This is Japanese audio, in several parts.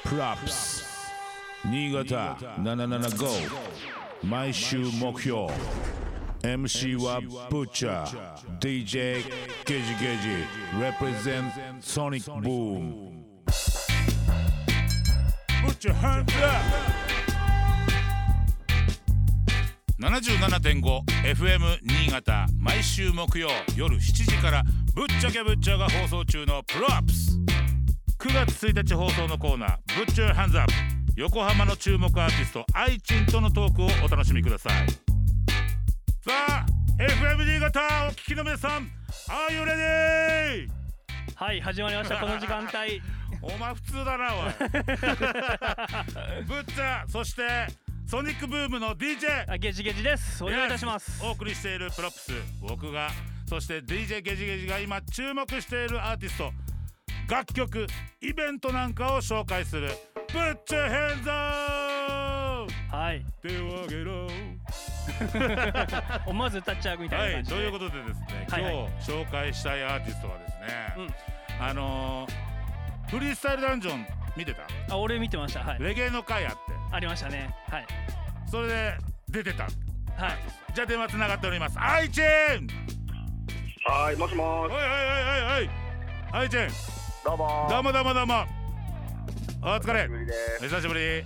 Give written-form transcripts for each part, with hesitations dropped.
プラップス新潟775毎週目標 MC はブッチャー DJ ゲジゲジ represent Sonic Boom ブッチャーハンズアップ 77.5FM 新潟毎週木曜夜7時からぶっちゃけぶっちゃが放送中のプロアップス9月1日放送のコーナーぶっちゃハンズアップ横浜の注目アーティストアイチンとのトークをお楽しみください。さあ FM 新潟お聞きの皆さん Are you ready? はい、始まりましたこの時間帯お前普通だなおいぶっちゃそしてソニックブームの DJ ゲジゲジです。お願いいたします。 お送りしているプロップス僕がそして DJ ゲジゲジが今注目しているアーティスト楽曲イベントなんかを紹介するプッチャヘンザーはい手を挙げろ思わず歌っちゃうみたいな感じで、 はい、ということでですね、今日紹介したいアーティストはですね、フリースタイルダンジョン見てた？ あ、俺見てました。はい、レゲエの会あってありましたね。はい、 それで出てた。はい、じゃあ電話つながっております。アイチェン。 はい、もしもーし。 はいアイチェン。 どうもどうもお疲れ。 お久しぶりです。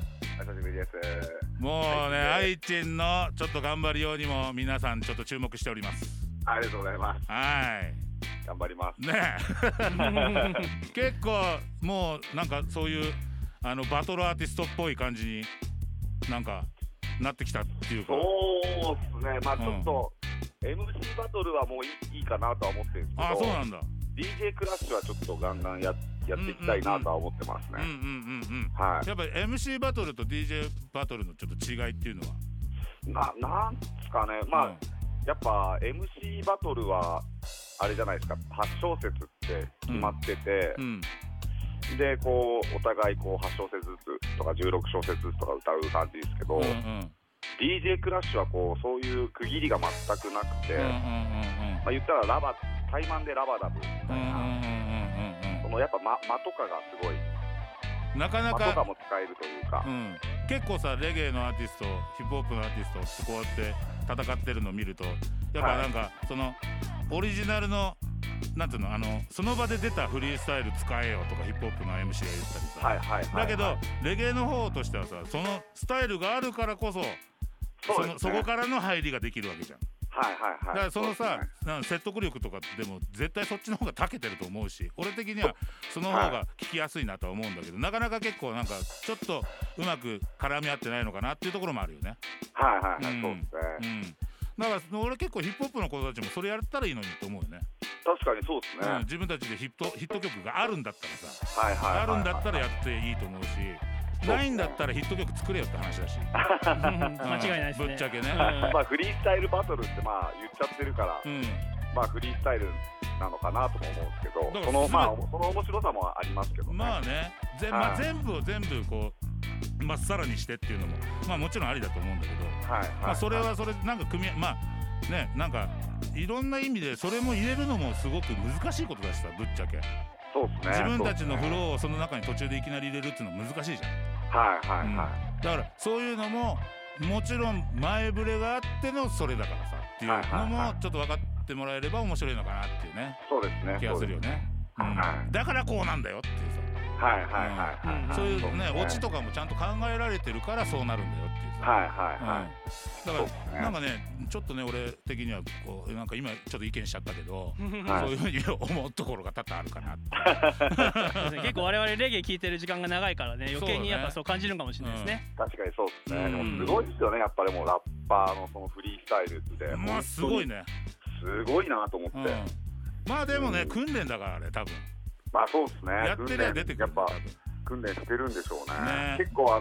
もうね、アイチェンのちょっと頑張りようにも皆さんちょっと注目しております。 ありがとうございます。 はい頑張りますね結構もうなんかそういうバトルアーティストっぽい感じになんかなってきたっていうか。 そうっすね。まあちょっと、MC バトルはもういいかなとは思ってるんですけど。 あ、そうなんだ。 DJ クラッシュはちょっとガンガンやっていきたいなとは思ってますね。はい。 やっぱり MC バトルと DJ バトルのちょっと違いっていうのはなんですかね。まあ、やっぱ MC バトルはあれじゃないですか。8小節って決まってて、でこうお互いこう8小節ずつとか16小節ずつとか歌う感じですけど、DJ クラッシュはこうそういう区切りが全くなくて、まあ言ったらタイマンでラバダブみたいな、そのやっぱ間とかがすごいなかなか間とかも使えるというか、 結構さレゲエのアーティストヒップホップのアーティストってこうやって戦ってるのを見るとやっぱなんかそのオリジナルのなんていうのその場で出たフリースタイル使えよとかヒップホップの MC が言ったりさ、だけどレゲエの方としてはさそのスタイルがあるからこそそこからの入りができるわけじゃん。だからそのさ説得力とかでも絶対そっちの方が長けてると思うし、俺的にはその方が聞きやすいなとは思うんだけど、なかなか結構なんかちょっとうまく絡み合ってないのかなっていうところもあるよね。 そうですね。 だから俺結構ヒップホップの子たちもそれやったらいいのにと思うよね。 確かにそうですね。 自分たちでヒット曲があるんだったらさ、あるんだったらやっていいと思うし、ないんだったらヒット曲作れよって話だし間違いないですね。 ぶっちゃけねまあフリースタイルバトルってまあ言っちゃってるから、まあフリースタイルなのかなとも思うんですけど、その面白さもありますけどね。まあね、 全部を全部こうまっさらにしてっていうのもまあもちろんありだと思うんだけど、まあそれはそれなんかまあね、なんかいろんな意味でそれも入れるのもすごく難しいことだしさ、ぶっちゃけ。 そうですね。 自分たちのフローをその中に途中でいきなり入れるっていうのは難しいじゃん。だからそういうのももちろん前触れがあってのそれだからさっていうのもちょっと分かってもらえれば面白いのかなっていうね。 そうですね。 気がするよね。だからこうなんだよっていうさ。そういうねオチとかもちゃんと考えられてるからそうなるんだよっていうさ。だからなんかねちょっとね俺的にはこうなんか今ちょっと意見しちゃったけど、そういうふうに思うところが多々あるかなって結構我々レゲエ聴いてる時間が長いからね余計にやっぱそう感じるかもしれないですね。 確かにそうですね。でもすごいですよね、やっぱりもうラッパーのそのフリースタイルってまあすごいね。 すごいなと思って。 まあでもね訓練だからね多分。 まあそうですね。 やってりゃ出てくる。 やっぱ訓練してるんでしょうね。結構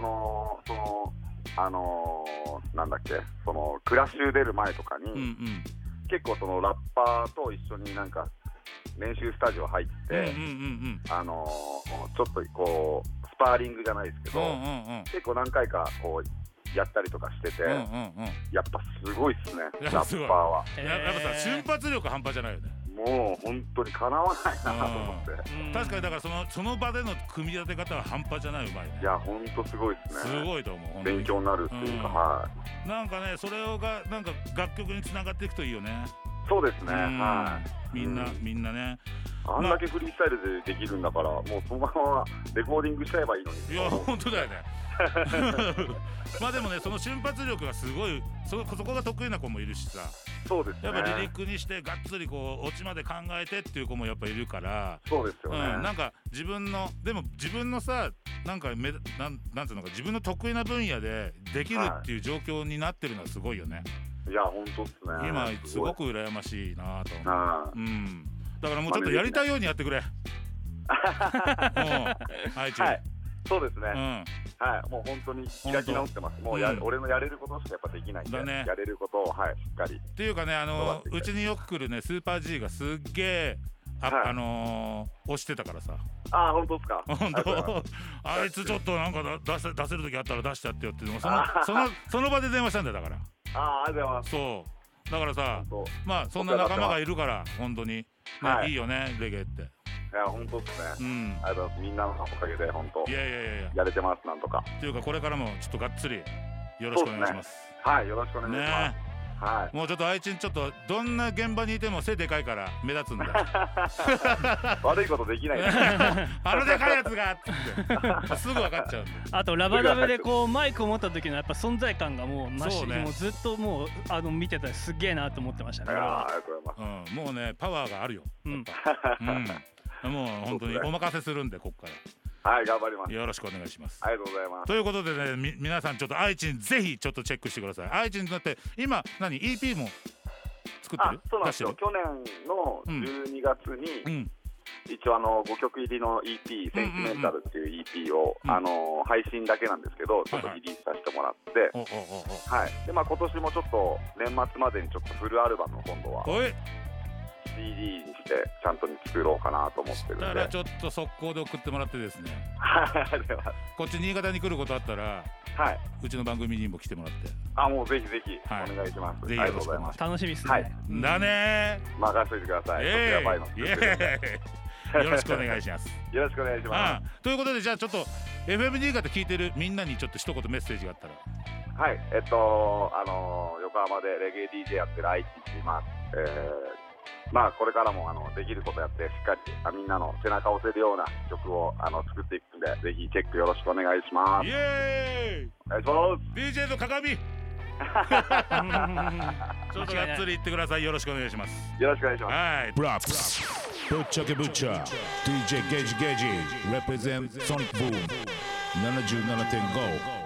なんだっけ、そのクラッシュ出る前とかに、結構そのラッパーと一緒になんか練習スタジオ入って、ちょっとこうスパーリングじゃないですけど、結構何回かこうやったりとかしてて、やっぱすごいっすね、ラッパーは。 やっぱさ瞬発力半端じゃないよね。 もう本当にかなわないなと思って、 確かにだからその場での組み立て方は半端じゃないうまいね。 いや本当すごいですね。 すごいと思う。 勉強になるっていうか、はい。 なんかねそれがなんか楽曲につながっていくといいよね。 そうですね。はい。みんなね。 あんだけフリースタイルでできるんだから、もうそのままレコーディングしちゃえばいいのに。 いや本当だよね。まあでもねその瞬発力がすごいそこが得意な子もいるしさ。 そうですね。 やっぱリリックにしてがっつりこうオチまで考えてっていう子もやっぱいるから。 そうですよね。 なんか自分のさなんかなんていうのか自分の得意な分野でできるっていう状況になってるのはすごいよね。 いや本当っすね。 今すごく羨ましいなと。だからもうちょっとやりたいようにやってくれ。 はいそうですね。はい、もう本当に開き直ってます。もう俺のやれることしかやっぱできないんで、やれることをしっかり。 っていうかねうちによく来るねスーパー G がすっげえ押してたからさ。 ああ本当ですか。 本当。あいつちょっとなんか出せる時あったら出しちゃってよってその場で電話したんだよだから。 ありがとうございます。 そうだからさまあそんな仲間がいるから本当にいいよねレゲエって。 いや本当ですね。ありがとうございます。みんなのおかげで本当。やれてますなんとか。 っていうかこれからもちょっとがっつりよろしくお願いします。 はいよろしくお願いします。はい。 もうちょっと愛知ちょっとどんな現場にいても背でかいから目立つんだ。 悪いことできない。 あのでかいやつがってすぐ分かっちゃうんで。 あとラバダブでこうマイクを持った時のやっぱ存在感がもう増しもうずっともう見てたらすげえなと思ってましたね。 ありがとうございます。 もうねパワーがあるよ。もう本当にお任せするんでこっから。 はい頑張ります。 よろしくお願いします。 ありがとうございます。 ということでね皆さんちょっと愛知ぜひちょっとチェックしてください。愛知だって今EP も作ってる？ そうなんですよ。去年の12月に一応5曲入りの EP センチメンタルっていう EP を配信だけなんですけどちょっとリリースさせてもらって、はいで今年もちょっと年末までにちょっとフルアルバムを今度は。CD にしてちゃんと作ろうかなと思ってるんで、 だからちょっと速攻で送ってもらってですねこっち新潟に来ることあったら、うちの番組にも来てもらって、 もうぜひぜひお願いします。 ぜひよろしくお願いします。 楽しみですね。 だね任せといてください。やばいのよろしくお願いします。 よろしくお願いします。 ということでじゃあちょっと FM 新潟聞いてるみんなにちょっと一言メッセージがあったら。 はい横浜でレゲエ DJ やってる愛知って言います。これからもできることやってしっかりみんなの背中を押せるような曲を作っていくんでぜひチェックよろしくお願いします。 イエーイお願いします。 DJ の鏡ちょっとがっつり言ってください。よろしくお願いします。 よろしくお願いします。 はい。 ブラックぶっちゃけぶっちゃ DJ ゲージ represent Sonic Boom 77.5